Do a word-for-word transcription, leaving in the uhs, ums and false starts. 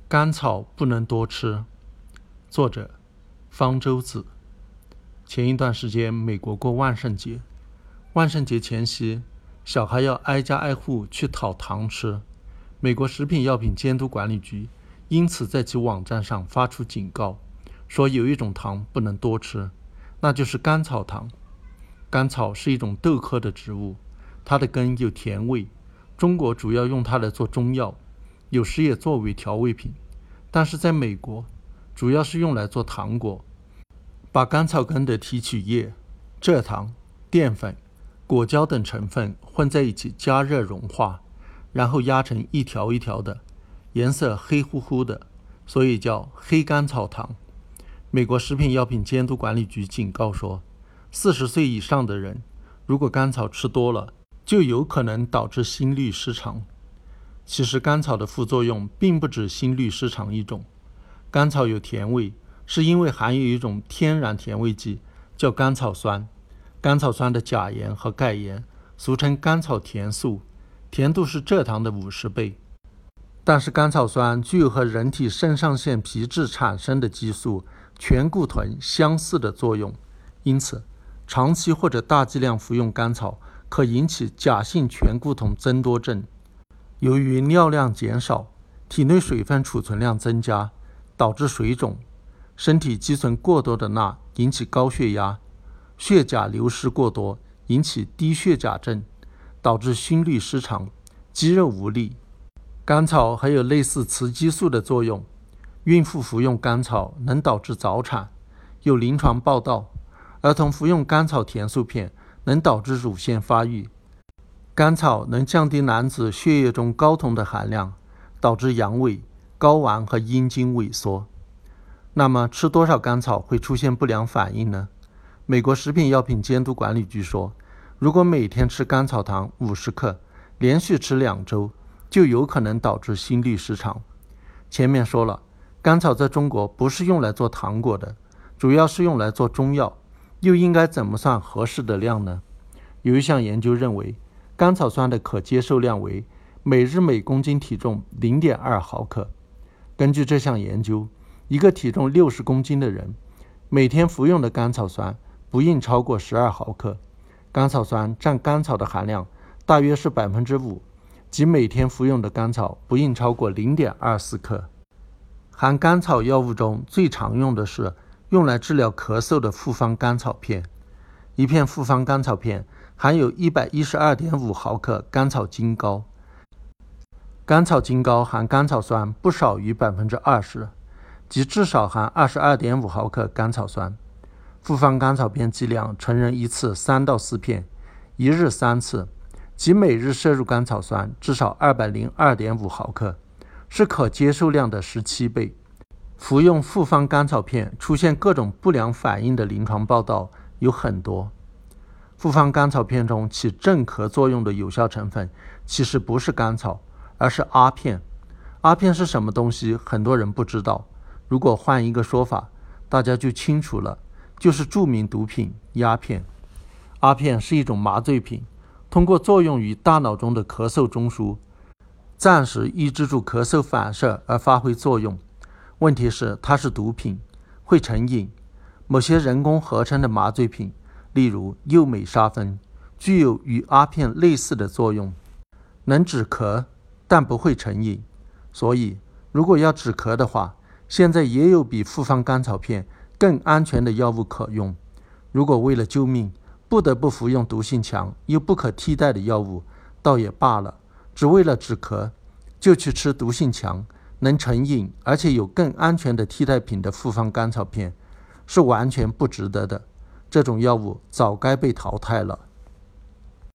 甘草不能多吃。作者方舟子。前一段时间美国过万圣节，万圣节前夕，小孩要挨家挨户去讨糖吃。美国食品药品监督管理局因此在其网站上发出警告，说有一种糖不能多吃，那就是甘草糖。甘草是一种豆科的植物，它的根有甜味，中国主要用它来做中药，有时也作为调味品，但是在美国主要是用来做糖果。把甘草根的提取液、蔗糖、淀粉、果胶等成分混在一起加热融化，然后压成一条一条的，颜色黑乎乎的，所以叫黑甘草糖。美国食品药品监督管理局警告说，四十岁以上的人如果甘草吃多了，就有可能导致心律失常。其实甘草的副作用并不止心律失常一种。甘草有甜味，是因为含有一种天然甜味剂，叫甘草酸。甘草酸的钾盐和钙盐俗称甘草甜素，甜度是蔗糖的五十倍。但是甘草酸具有和人体肾上腺皮质产生的激素醛固酮相似的作用，因此长期或者大剂量服用甘草可引起假性醛固酮增多症。由于尿量减少，体内水分储存量增加，导致水肿，身体积存过多的钠，引起高血压，血钾流失过多，引起低血钾症，导致心律失常，肌肉无力。甘草还有类似雌激素的作用，孕妇服用甘草能导致早产，有临床报道。儿童服用甘草甜素片能导致乳腺发育。甘草能降低男子血液中睾酮的含量，导致阳痿、睾丸和阴茎萎缩。那么吃多少甘草会出现不良反应呢？美国食品药品监督管理局说，如果每天吃甘草糖五十克，连续吃两周，就有可能导致心律失常。前面说了，甘草在中国不是用来做糖果的，主要是用来做中药，又应该怎么算合适的量呢？有一项研究认为，甘草酸的可接受量为每日每公斤体重 零点二毫克。根据这项研究，一个体重六十公斤的人每天服用的甘草酸不应超过十二毫克。甘草酸占甘草的含量大约是 百分之五， 即每天服用的甘草不应超过 零点二四克。含甘草药物中最常用的是用来治疗咳嗽的复方甘草片。一片复方甘草片含有 一百一十二点五毫克甘草精膏，甘草精膏含甘草酸不少于 百分之二十， 即至少含 二十二点五毫克甘草酸。复方甘草片剂量成人一次三到四片，一日三次，即每日摄入甘草酸至少 二百零二点五毫克，是可接受量的十七倍。服用复方甘草片出现各种不良反应的临床报道有很多。复方甘草片中起镇咳作用的有效成分其实不是甘草，而是阿片。阿片是什么东西，很多人不知道。如果换一个说法，大家就清楚了，就是著名毒品鸦片。阿片是一种麻醉品，通过作用于大脑中的咳嗽中枢，暂时抑制住咳嗽反射而发挥作用。问题是它是毒品，会成瘾。某些人工合成的麻醉品，例如右美沙芬，具有与阿片类似的作用，能止咳，但不会成瘾。所以如果要止咳的话，现在也有比复方甘草片更安全的药物可用。如果为了救命不得不服用毒性强又不可替代的药物，倒也罢了，只为了止咳就去吃毒性强、能成瘾而且有更安全的替代品的复方甘草片，是完全不值得的。这种药物早该被淘汰了。